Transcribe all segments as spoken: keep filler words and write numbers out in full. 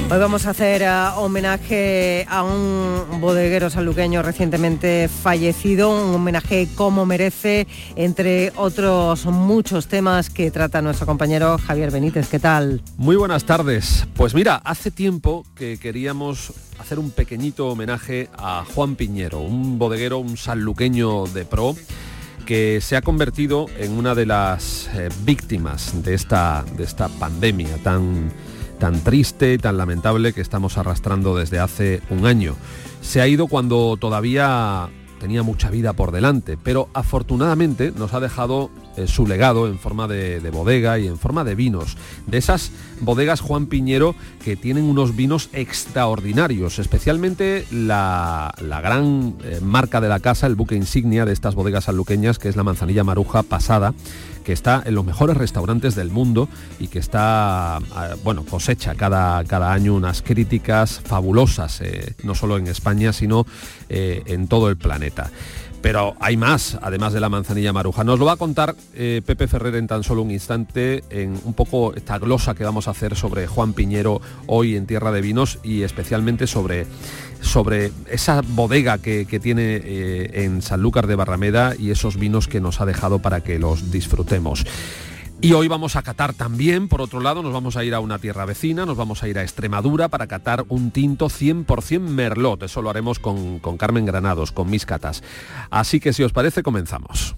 Hoy vamos a hacer uh, homenaje a un bodeguero sanluqueño recientemente fallecido, un homenaje como merece, entre otros muchos temas que trata nuestro compañero Javier Benítez. ¿Qué tal? Muy buenas tardes. Pues mira, hace tiempo que queríamos hacer un pequeñito homenaje a Juan Piñero, un bodeguero, un sanluqueño de pro, que se ha convertido en una de las eh, víctimas de esta, de esta pandemia tan, tan triste y tan lamentable que estamos arrastrando desde hace un año. Se ha ido cuando todavía tenía mucha vida por delante, pero afortunadamente nos ha dejado eh, su legado en forma de, de bodega y en forma de vinos. De esas bodegas Juan Piñero que tienen unos vinos extraordinarios, especialmente la, la gran eh, marca de la casa, el buque insignia de estas bodegas sanluqueñas, que es la Manzanilla Maruja Pasada, que está en los mejores restaurantes del mundo y que está, bueno, cosecha cada, cada año unas críticas fabulosas, eh, no solo en España, sino eh, en todo el planeta. Pero hay más, además de la Manzanilla Maruja. Nos lo va a contar eh, Pepe Ferrer en tan solo un instante, en un poco esta glosa que vamos a hacer sobre Juan Piñero hoy en Tierra de Vinos, y especialmente sobre, sobre esa bodega que, que tiene eh, en Sanlúcar de Barrameda y esos vinos que nos ha dejado para que los disfrutemos. Y hoy vamos a catar también, por otro lado, nos vamos a ir a una tierra vecina, nos vamos a ir a Extremadura para catar un tinto cien por ciento Merlot. Eso lo haremos con, con Carmen Granados, con mis catas. Así que si os parece, comenzamos.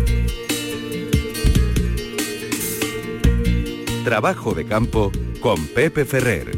Trabajo de campo con Pepe Ferrer.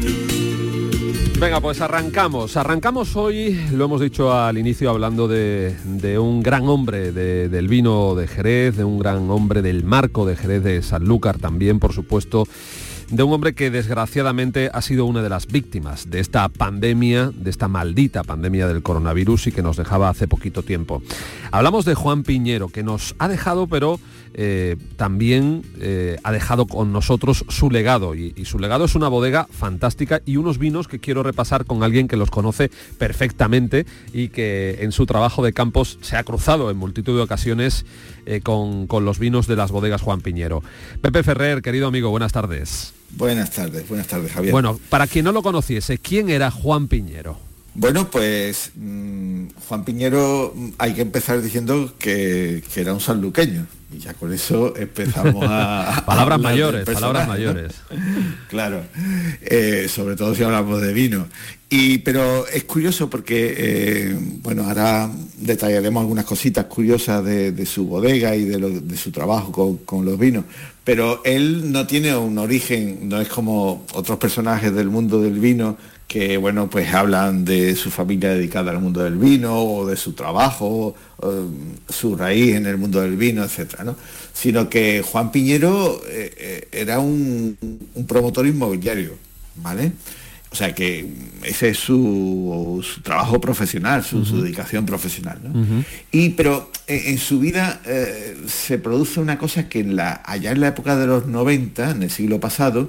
Venga, pues arrancamos. Arrancamos hoy, lo hemos dicho al inicio, hablando de, de un gran hombre de, del vino de Jerez, de un gran hombre del marco de Jerez de Sanlúcar también, por supuesto, de un hombre que desgraciadamente ha sido una de las víctimas de esta pandemia, de esta maldita pandemia del coronavirus y que nos dejaba hace poquito tiempo. Hablamos de Juan Piñero, que nos ha dejado, pero eh, también eh, ha dejado con nosotros su legado, y, y su legado es una bodega fantástica y unos vinos que quiero repasar con alguien que los conoce perfectamente y que en su trabajo de campos se ha cruzado en multitud de ocasiones eh, con, con los vinos de las bodegas Juan Piñero. Pepe Ferrer, querido amigo, buenas tardes. Buenas tardes, buenas tardes, Javier. Bueno, para quien no lo conociese, ¿quién era Juan Piñero? Bueno, pues mmm, Juan Piñero, hay que empezar diciendo que, que era un sanluqueño, y ya con eso empezamos a... palabras a mayores, palabras mayores. Claro, eh, sobre todo si hablamos de vino. Y, pero es curioso porque, eh, bueno, ahora detallaremos algunas cositas curiosas de, de su bodega y de, lo, de su trabajo con, con los vinos, pero él no tiene un origen, no es como otros personajes del mundo del vino que, bueno, pues hablan de su familia dedicada al mundo del vino o de su trabajo, o su raíz en el mundo del vino, etcétera, ¿no? Sino que Juan Piñero eh, eh, era un, un promotor inmobiliario, ¿vale? O sea que ese es su, su trabajo profesional, su, uh-huh. su dedicación profesional, ¿no? Uh-huh. Y pero en, en su vida eh, se produce una cosa que en la, allá en la época de los noventa, en el siglo pasado,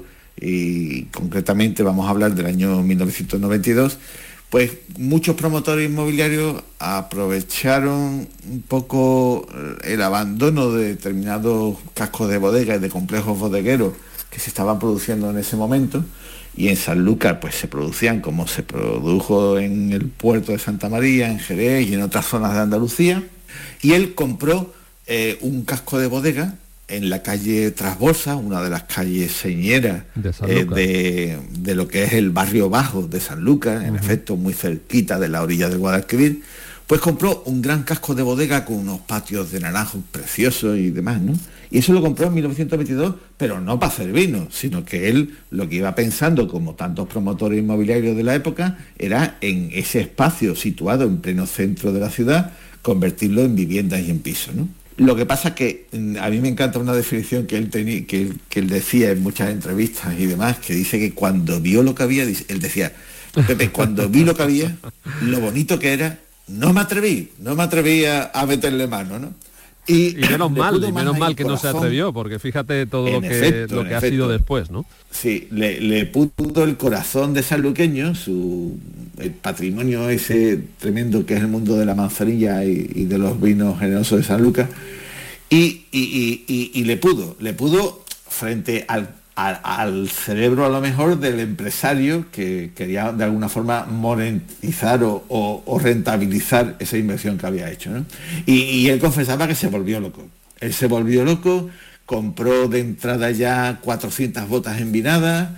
y concretamente vamos a hablar del año mil novecientos noventa y dos, pues muchos promotores inmobiliarios aprovecharon un poco el abandono de determinados cascos de bodega y de complejos bodegueros que se estaban produciendo en ese momento, y en Sanlúcar pues se producían como se produjo en el puerto de Santa María, en Jerez y en otras zonas de Andalucía, y él compró eh, un casco de bodega en la calle Trasborsa, una de las calles señeras de, eh, de, de lo que es el barrio bajo de Sanlúcar, en uh-huh. efecto muy cerquita de la orilla del Guadalquivir. Pues compró un gran casco de bodega con unos patios de naranjos preciosos y demás, ¿no? Y eso lo compró en mil novecientos veintidós, pero no para hacer vino, sino que él lo que iba pensando, como tantos promotores inmobiliarios de la época, era en ese espacio situado en pleno centro de la ciudad, convertirlo en viviendas y en pisos, ¿no? Lo que pasa es que a mí me encanta una definición que él, tenía, que él, que él decía en muchas entrevistas y demás, que dice que cuando vio lo que había, él decía, Pepe, cuando vi lo que había, lo bonito que era, no me atreví, no me atreví a, a meterle mano, ¿no? Y, y menos mal, y menos mal que no se atrevió, porque fíjate todo lo que, efecto, lo que ha efecto. sido después, ¿no? Sí, le, le puso el corazón de sanluqueño, su el patrimonio ese tremendo que es el mundo de la manzanilla y, y de los vinos generosos de Sanlúcar, y, y, y, y, y le pudo, le pudo frente al a, al cerebro a lo mejor del empresario que quería de alguna forma monetizar o, o, o rentabilizar esa inversión que había hecho, ¿no? Y, y él confesaba que se volvió loco. Él se volvió loco, compró de entrada ya cuatrocientas botas envinadas,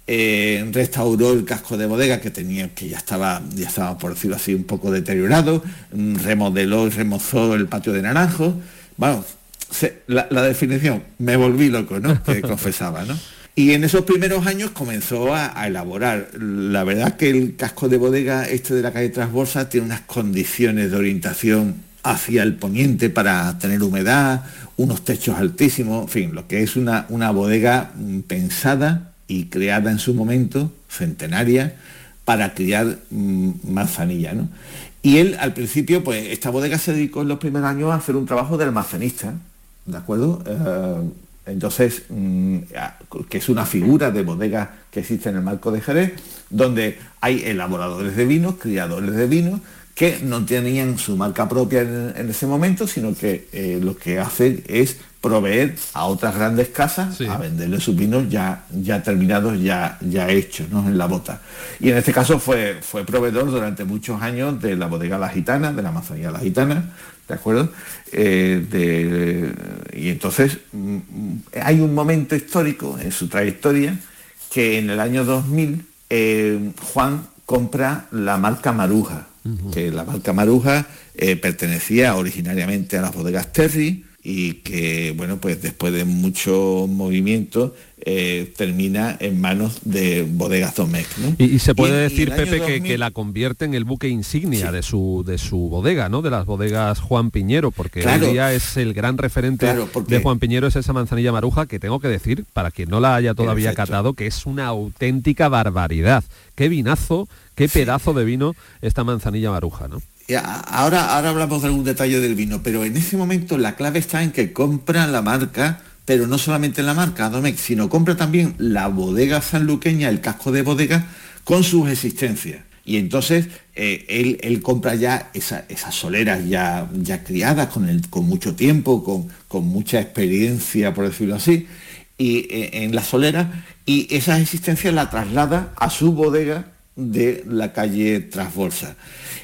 eh, restauró el casco de bodega que tenía, que ya estaba, ya estaba, por decirlo así, un poco deteriorado, remodeló y remozó el patio de naranjos. Bueno, se, la, la definición, me volví loco, ¿no? Que confesaba, ¿no? Y en esos primeros años comenzó a, a elaborar. La verdad que el casco de bodega este de la calle Trasborsa tiene unas condiciones de orientación hacia el poniente para tener humedad, unos techos altísimos, en fin, lo que es una, una bodega pensada y creada en su momento, centenaria, para criar mmm, manzanilla, ¿no? Y él, al principio, pues esta bodega se dedicó en los primeros años a hacer un trabajo de almacenista, ¿de acuerdo? Uh, entonces, mmm, que es una figura de bodega que existe en el marco de Jerez, donde hay elaboradores de vinos, criadores de vinos, que no tenían su marca propia en, en ese momento, sino que eh, lo que hacen es proveer a otras grandes casas, sí, a venderle sus vinos ya, ya terminados, ya, ya hechos, ¿no? En la bota. Y en este caso fue, fue proveedor durante muchos años de la bodega La Gitana, de la manzanilla La Gitana, ¿de acuerdo? Eh, de, y entonces mm, hay un momento histórico en su trayectoria que en el año dos mil eh, Juan compra la marca Maruja, uh-huh. que la marca Maruja eh, pertenecía originariamente a las bodegas Terry y que, bueno, pues después de mucho movimiento eh, termina en manos de bodegas Domecq, ¿no? Y, y se puede y, decir, y Pepe, dos mil... que, que la convierte en el buque insignia, sí, de su de su bodega, ¿no? De las bodegas Juan Piñero, porque claro, hoy día es el gran referente, claro, porque... de Juan Piñero, es esa manzanilla Maruja, que tengo que decir, para quien no la haya todavía Perfecto. catado, que es una auténtica barbaridad. Qué vinazo, qué pedazo sí. de vino esta manzanilla Maruja, ¿no? Ahora, ahora hablamos de algún detalle del vino, pero en ese momento la clave está en que compra la marca, pero no solamente la marca Domecq, sino compra también la bodega sanluqueña, el casco de bodega, con sus existencias. Y entonces eh, él, él compra ya esa, esas soleras ya, ya criadas, con, el, con mucho tiempo, con, con mucha experiencia, por decirlo así, y eh, en las soleras, y esas existencias las traslada a su bodega de la calle Trasborsa.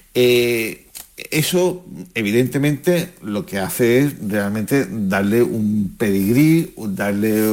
Eh, eso evidentemente lo que hace es realmente darle un pedigrí, darle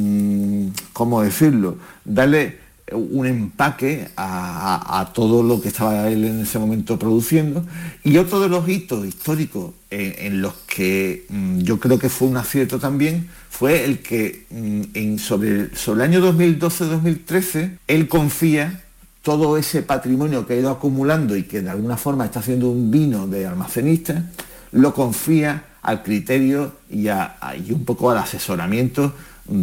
un, ¿cómo decirlo? Darle un empaque a, a, a todo lo que estaba él en ese momento produciendo. Y otro de los hitos históricos en, en los que mmm, yo creo que fue un acierto también fue el que mmm, en sobre, sobre el año dos mil doce dos mil trece él confía todo ese patrimonio que ha ido acumulando y que de alguna forma está haciendo un vino de almacenista, lo confía al criterio y, a, a, y un poco al asesoramiento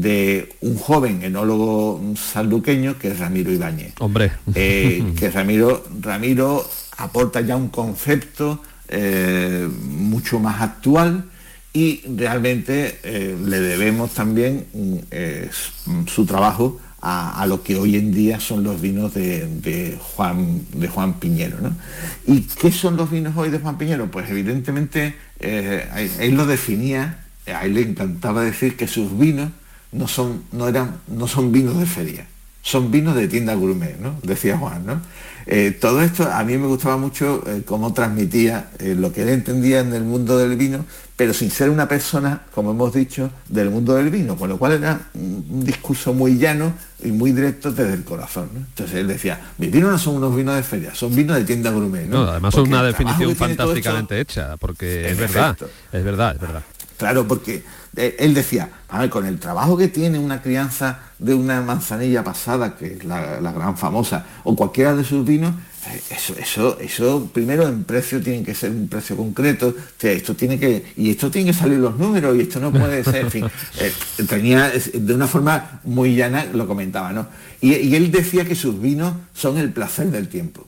de un joven enólogo sanluqueño que es Ramiro Ibáñez. Hombre. Eh, que Ramiro, Ramiro aporta ya un concepto eh, mucho más actual y realmente eh, le debemos también eh, su trabajo A, a lo que hoy en día son los vinos de, de, Juan, de Juan Piñero, ¿no? ¿Y qué son los vinos hoy de Juan Piñero? Pues evidentemente eh, él lo definía, a él le encantaba decir que sus vinos no son, no eran, no son vinos de feria, son vinos de tienda gourmet, ¿no? Decía Juan, ¿no? Eh, todo esto a mí me gustaba mucho eh, cómo transmitía eh, lo que él entendía en el mundo del vino, pero sin ser una persona, como hemos dicho, del mundo del vino, con lo cual era un, un discurso muy llano y muy directo desde el corazón, ¿no? Entonces él decía, mis vinos no son unos vinos de feria, son vinos de tienda gourmet, ¿no? No, además es una definición fantásticamente esto, hecha, porque es, es verdad, es verdad, es verdad. Claro, porque eh, él decía, a ver, con el trabajo que tiene una crianza de una manzanilla pasada, que es la, la gran famosa, o cualquiera de sus vinos, eh, eso, eso, eso primero en precio tiene que ser un precio concreto, o sea, esto tiene que, y esto tiene que salir los números, y esto no puede ser, en fin, eh, tenía de una forma muy llana, lo comentaba, ¿no? Y, y él decía que sus vinos son el placer del tiempo.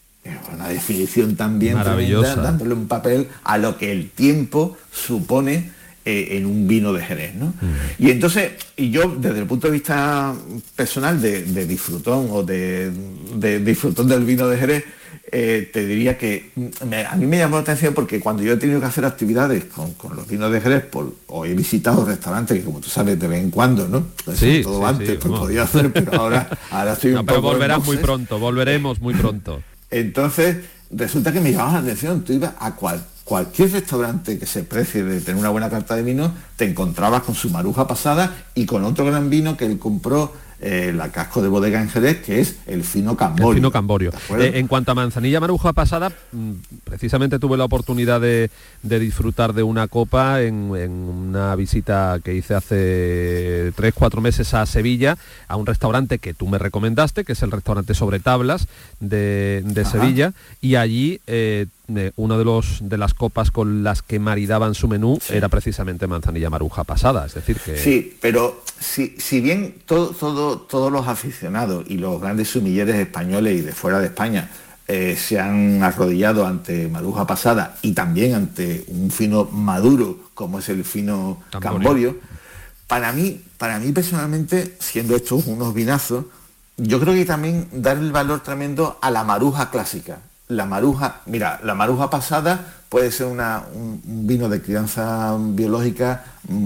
Una definición también maravillosa, tremenda, dándole un papel a lo que el tiempo supone eh, en un vino de Jerez, ¿no? Mm. Y entonces, y yo desde el punto de vista personal de, de disfrutón o de, de disfrutón del vino de Jerez, eh, te diría que me, a mí me llamó la atención porque cuando yo he tenido que hacer actividades con, con los vinos de Jerez, por, o he visitado restaurantes que, como tú sabes, de vez en cuando, ¿no? Pues sí, todo sí, antes, sí, pues no. podía hacer, pero ahora, ahora estoy no, un pero poco... volverás muy entonces, pronto, volveremos muy pronto. Entonces, resulta que me llamaba la atención, tú ibas a cual, cualquier restaurante que se precie de tener una buena carta de vino, te encontrabas con su maruja pasada y con otro gran vino que él compró, eh, la Casco de Bodega en Jerez, que es el fino Camborio. El fino Camborio. Eh, en cuanto a manzanilla maruja pasada, precisamente tuve la oportunidad de, de disfrutar de una copa en, en una visita que hice hace tres, cuatro meses a Sevilla, a un restaurante que tú me recomendaste, que es el restaurante Sobre Tablas de, de Sevilla, y allí eh, una de, los, de las copas con las que maridaban su menú sí. era precisamente manzanilla maruja pasada, es decir que... Sí, pero si, si bien todo, todo, todos los aficionados y los grandes sumilleres españoles y de fuera de España eh, se han arrodillado ante maruja pasada y también ante un fino maduro como es el fino Camborio, Camborio para mí, para mí personalmente, siendo estos unos vinazos, yo creo que también dar el valor tremendo a la maruja clásica. La maruja, mira, la maruja pasada puede ser una, un, un vino de crianza biológica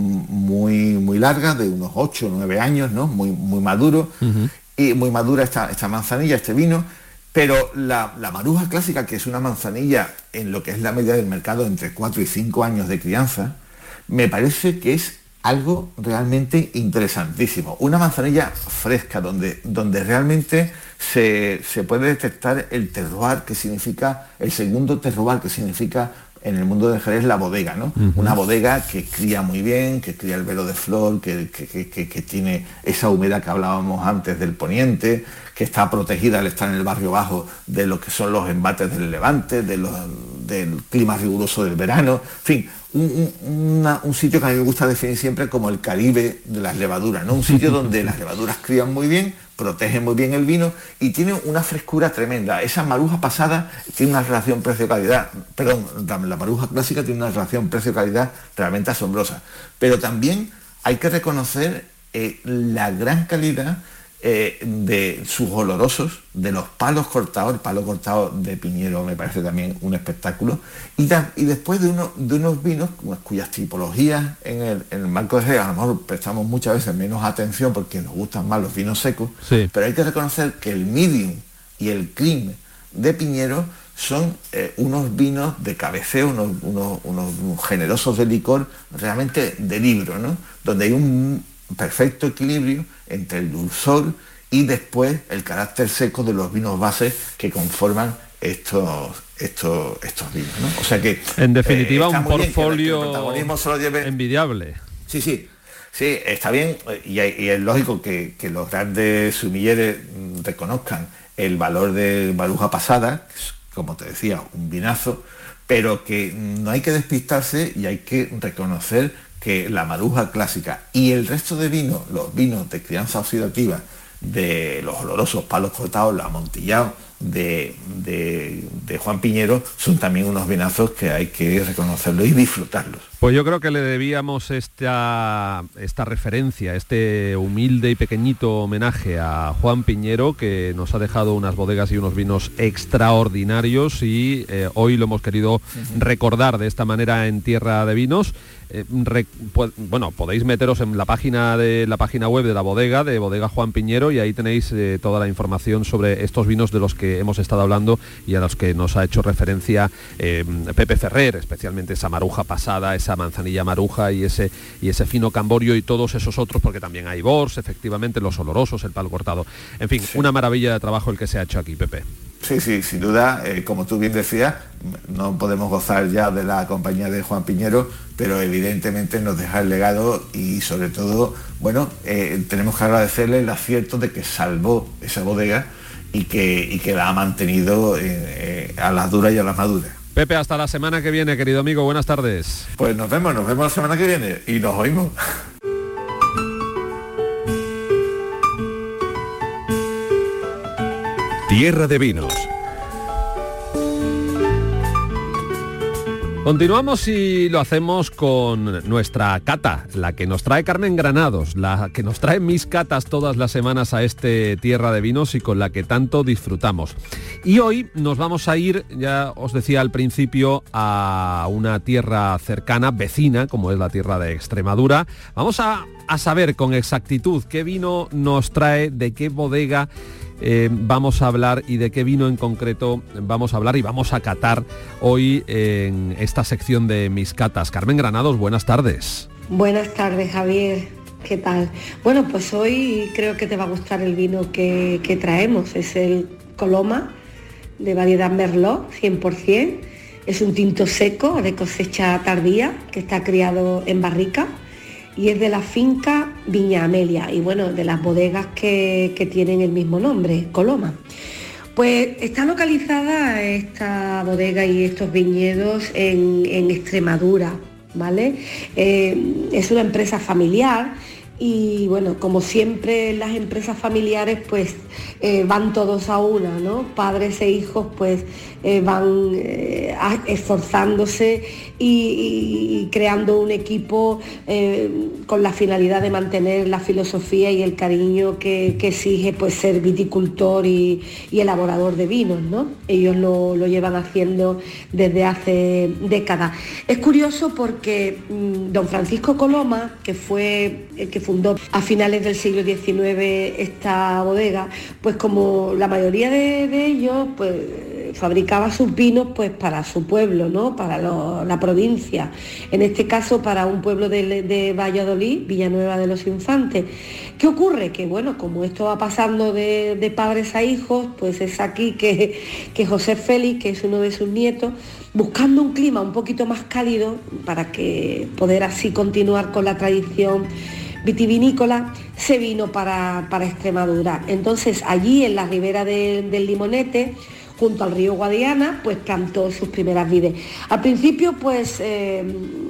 muy, muy larga, de unos ocho o nueve años, ¿no? Muy, muy maduro, uh-huh. y muy madura esta, esta manzanilla, este vino, pero la, la maruja clásica, que es una manzanilla en lo que es la media del mercado entre cuatro y cinco años de crianza, me parece que es algo realmente interesantísimo. Una manzanilla fresca, donde, donde realmente se, se puede detectar el terroir, que significa, el segundo terroir, que significa en el mundo de Jerez la bodega, ¿no? Uh-huh. Una bodega que cría muy bien, que cría el velo de flor, que, que, que, que tiene esa humedad que hablábamos antes del poniente, que está protegida al estar en el barrio bajo de lo que son los embates del levante, de los, del clima riguroso del verano, en fin, un, un, una, un sitio que a mí me gusta definir siempre como el Caribe de las levaduras, ¿no? Un sitio donde las levaduras crían muy bien, protegen muy bien el vino y tiene una frescura tremenda. Esa maruja pasada tiene una relación precio-calidad, perdón, la maruja clásica tiene una relación precio-calidad realmente asombrosa. Pero también hay que reconocer eh, la gran calidad eh, de sus olorosos, de los palos cortados. El palo cortado de Piñero me parece también un espectáculo. Y, da, y después de, uno, de unos vinos cuyas tipologías en el, en el marco de Jerez a lo mejor prestamos muchas veces menos atención porque nos gustan más los vinos secos, sí. Pero hay que reconocer que el medium y el cream de Piñero son eh, unos vinos de cabeceo, unos, unos, unos, unos generosos de licor, realmente de libro, ¿no? Donde hay un perfecto equilibrio entre el dulzor y después el carácter seco de los vinos bases que conforman estos estos estos vinos, ¿no? O sea que en definitiva eh, un portfolio lleve... envidiable. Sí, sí, sí, está bien y, y es lógico que, que los grandes sumilleres reconozcan el valor de maruja pasada, que es, como te decía, un vinazo, pero que no hay que despistarse y hay que reconocer que la maruja clásica y el resto de vinos, los vinos de crianza oxidativa, de los olorosos palos cortados, los amontillados de, de, de Juan Piñero, son también unos vinazos que hay que reconocerlos y disfrutarlos. Pues yo creo que le debíamos esta, esta referencia, este humilde y pequeñito homenaje a Juan Piñero, que nos ha dejado unas bodegas y unos vinos extraordinarios y eh, hoy lo hemos querido uh-huh. recordar de esta manera en Tierra de Vinos. Eh, re, pues, bueno, podéis meteros en la página de la página web de la bodega, de Bodega Juan Piñero, y ahí tenéis eh, toda la información sobre estos vinos de los que hemos estado hablando y a los que nos ha hecho referencia eh, Pepe Ferrer, especialmente esa maruja pasada, esa manzanilla maruja y ese y ese fino Camborio y todos esos otros, porque también hay bors, efectivamente, los olorosos, el palo cortado. En fin, sí. Una maravilla de trabajo el que se ha hecho aquí, Pepe. Sí, sí, sin duda, eh, como tú bien decías, no podemos gozar ya de la compañía de Juan Piñero, pero evidentemente nos deja el legado y sobre todo, bueno, eh, tenemos que agradecerle el acierto de que salvó esa bodega y que, y que la ha mantenido eh, eh, a las duras y a las maduras. Pepe, hasta la semana que viene, querido amigo, buenas tardes. Pues nos vemos, nos vemos la semana que viene y nos oímos. Tierra de Vinos. Continuamos y lo hacemos con nuestra cata, la que nos trae Carmen Granados, la que nos trae mis catas todas las semanas a este Tierra de Vinos y con la que tanto disfrutamos. Y hoy nos vamos a ir, ya os decía al principio, a una tierra cercana, vecina, como es la tierra de Extremadura. Vamos a, a saber con exactitud qué vino nos trae, de qué bodega Eh, vamos a hablar y de qué vino en concreto vamos a hablar y vamos a catar hoy en esta sección de Mis Catas. Carmen Granados, buenas tardes. Buenas tardes, Javier. ¿Qué tal? Bueno, pues hoy creo que te va a gustar el vino que, que traemos. Es el Coloma, de variedad Merlot, cien por ciento. Es un tinto seco de cosecha tardía que está criado en barrica. Y es de la finca Viña Amelia y bueno, de las bodegas que, que tienen el mismo nombre, Coloma. Pues está localizada esta bodega y estos viñedos en, en Extremadura, ¿vale? Eh, es una empresa familiar y bueno, como siempre las empresas familiares pues eh, van todos a una, ¿no? Padres e hijos pues eh, van eh, esforzándose y, y creando un equipo eh, con la finalidad de mantener la filosofía y el cariño que, que exige pues ser viticultor y, y elaborador de vinos, ¿no? Ellos lo, lo llevan haciendo desde hace décadas. Es curioso porque mmm, don Francisco Coloma, que fue el que fundó a finales del siglo diecinueve esta bodega, pues como la mayoría de, de ellos, pues fabricaba sus vinos pues para su pueblo, ¿no? Para lo, la provincia, en este caso para un pueblo de, de Valladolid, Villanueva de los Infantes. ¿Qué ocurre? Que bueno, como esto va pasando de, de padres a hijos, pues es aquí que, que José Félix, que es uno de sus nietos, buscando un clima un poquito más cálido para que poder así continuar con la tradición vitivinícola, se vino para, para Extremadura. Entonces allí en la ribera de, del Limonete, junto al río Guadiana, pues plantó sus primeras vides. Al principio pues eh,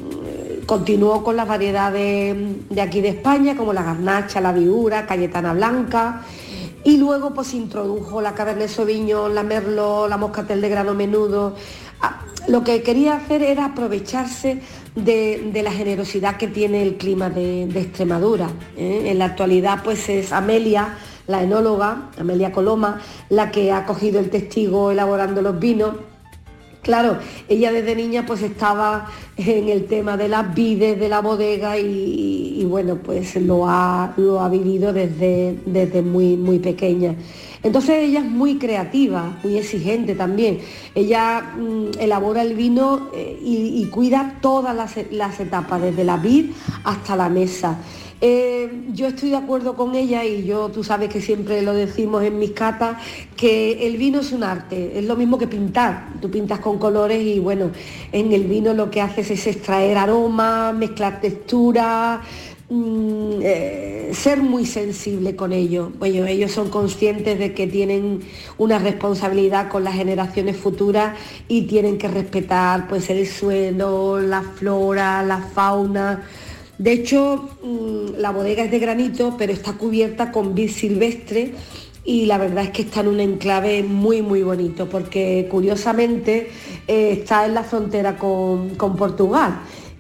continuó con las variedades de aquí de España, como la Garnacha, la Viura, Cayetana Blanca, y luego pues introdujo la Cabernet Sauvignon, la Merlot, la Moscatel de grano menudo. Lo que quería hacer era aprovecharse de, de la generosidad que tiene el clima de, de Extremadura, ¿eh? En la actualidad pues es Amelia, la enóloga, Amelia Coloma, la que ha cogido el testigo elaborando los vinos. Claro, ella desde niña pues estaba en el tema de las vides, de la bodega y, y bueno, pues lo ha, lo ha vivido desde, desde muy, muy pequeña. Entonces ella es muy creativa, muy exigente también. Ella mmm, elabora el vino eh, y, y cuida todas las, las etapas, desde la vid hasta la mesa. Eh, yo estoy de acuerdo con ella y yo, tú sabes que siempre lo decimos en mis catas, que el vino es un arte, es lo mismo que pintar. Tú pintas con colores y bueno, en el vino lo que haces es extraer aromas, mezclar texturas, mmm, eh, ser muy sensible con ello. Bueno, ellos son conscientes de que tienen una responsabilidad con las generaciones futuras y tienen que respetar pues el suelo, la flora, la fauna. De hecho, la bodega es de granito, pero está cubierta con vid silvestre y la verdad es que está en un enclave muy, muy bonito, porque curiosamente eh, está en la frontera con, con Portugal.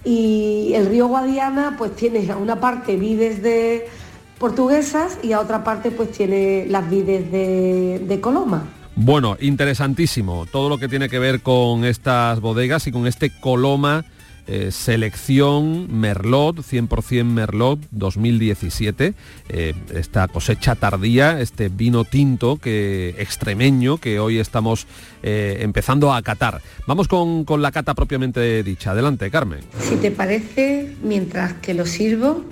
Y el río Guadiana pues tiene a una parte vides de portuguesas y a otra parte pues tiene las vides de, de Coloma. Bueno, interesantísimo todo lo que tiene que ver con estas bodegas y con este Coloma. Eh, selección Merlot, cien por ciento Merlot dos mil diecisiete, eh, esta cosecha tardía, este vino tinto que extremeño que hoy estamos eh, empezando a catar. Vamos con, con la cata propiamente dicha. Adelante, Carmen. Si te parece, mientras que lo sirvo,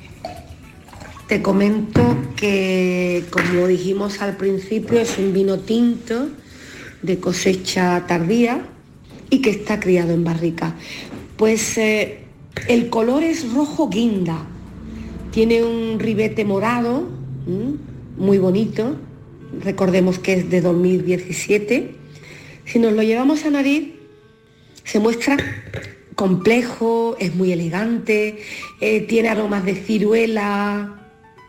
te comento que, como dijimos al principio, es un vino tinto de cosecha tardía y que está criado en barrica. Pues eh, el color es rojo guinda, tiene un ribete morado, ¿m? muy bonito, recordemos que es de dos mil diecisiete. Si nos lo llevamos a nariz, se muestra complejo, es muy elegante, eh, tiene aromas de ciruela,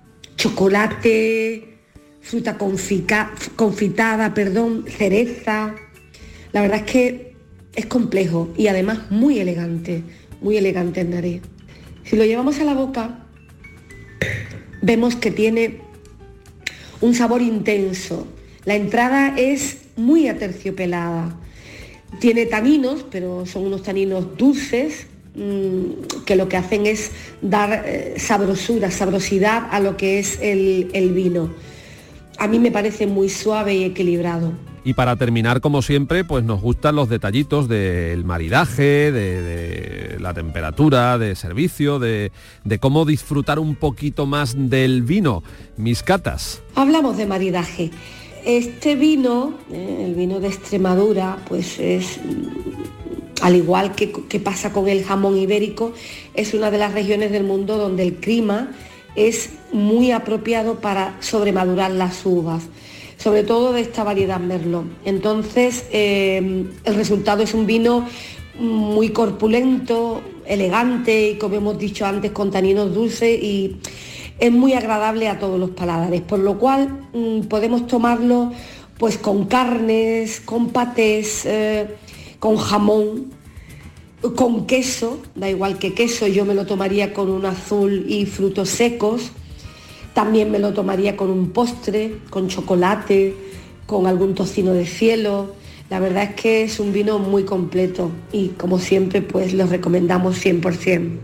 chocolate, fruta confita, confitada, perdón, cereza. La verdad es que es complejo y además muy elegante, muy elegante en nariz. Si lo llevamos a la boca, vemos que tiene un sabor intenso. La entrada es muy aterciopelada. Tiene taninos, pero son unos taninos dulces, mmm, que lo que hacen es dar eh, sabrosura, sabrosidad a lo que es el, el vino. A mí me parece muy suave y equilibrado. Y para terminar, como siempre, pues nos gustan los detallitos del maridaje, de, de la temperatura, de servicio, de, de cómo disfrutar un poquito más del vino. Mis catas. Hablamos de maridaje. Este vino, eh, el vino de Extremadura, pues es, al igual que, que pasa con el jamón ibérico, es una de las regiones del mundo donde el clima es muy apropiado para sobremadurar las uvas, sobre todo de esta variedad Merlot. Entonces, eh, el resultado es un vino muy corpulento, elegante y, como hemos dicho antes, con taninos dulces, y es muy agradable a todos los paladares, por lo cual mmm, podemos tomarlo pues con carnes, con patés, eh, con jamón, con queso, da igual que queso, yo me lo tomaría con un azul y frutos secos. También me lo tomaría con un postre, con chocolate, con algún tocino de cielo. La verdad es que es un vino muy completo y, como siempre, pues lo recomendamos cien por ciento.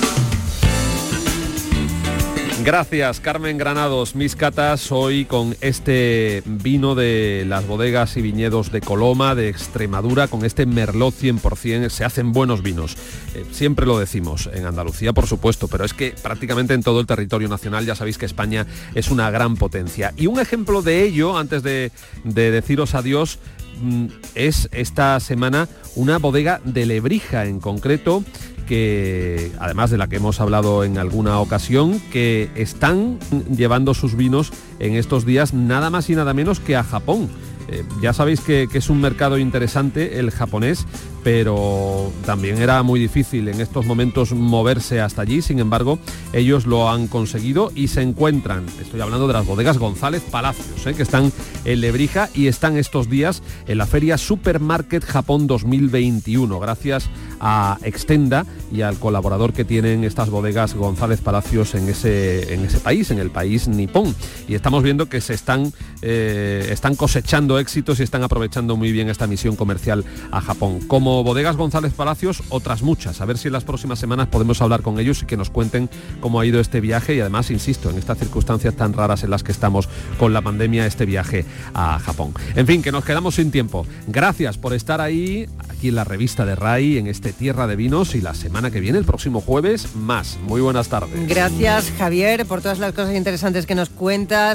Gracias, Carmen Granados. Mis catas hoy con este vino de las bodegas y viñedos de Coloma, de Extremadura, con este Merlot cien por ciento. Se hacen buenos vinos, eh, siempre lo decimos, en Andalucía por supuesto, pero es que prácticamente en todo el territorio nacional ya sabéis que España es una gran potencia. Y un ejemplo de ello, antes de, de deciros adiós, es esta semana una bodega de Lebrija en concreto, que además de la que hemos hablado en alguna ocasión, que están llevando sus vinos en estos días nada más y nada menos que a Japón. Eh, ya sabéis que, que es un mercado interesante el japonés, pero también era muy difícil en estos momentos moverse hasta allí. Sin embargo, ellos lo han conseguido y se encuentran, estoy hablando de las bodegas González Palacios, eh, que están en Lebrija y están estos días en la feria Supermarket Japón dos mil veintiuno, gracias a Extenda y al colaborador que tienen estas bodegas González Palacios en ese, en ese país, en el país nipón. Y estamos viendo que se están, eh, están cosechando éxitos y están aprovechando muy bien esta misión comercial a Japón. Como bodegas González Palacios, otras muchas. A ver si en las próximas semanas podemos hablar con ellos y que nos cuenten cómo ha ido este viaje y además, insisto, en estas circunstancias tan raras en las que estamos con la pandemia, este viaje a Japón. En fin, que nos quedamos sin tiempo. Gracias por estar ahí, aquí en la revista de RAI, en este Tierra de Vinos, y la semana que viene, el próximo jueves, más. Muy buenas tardes. Gracias, Javier, por todas las cosas interesantes que nos cuentas.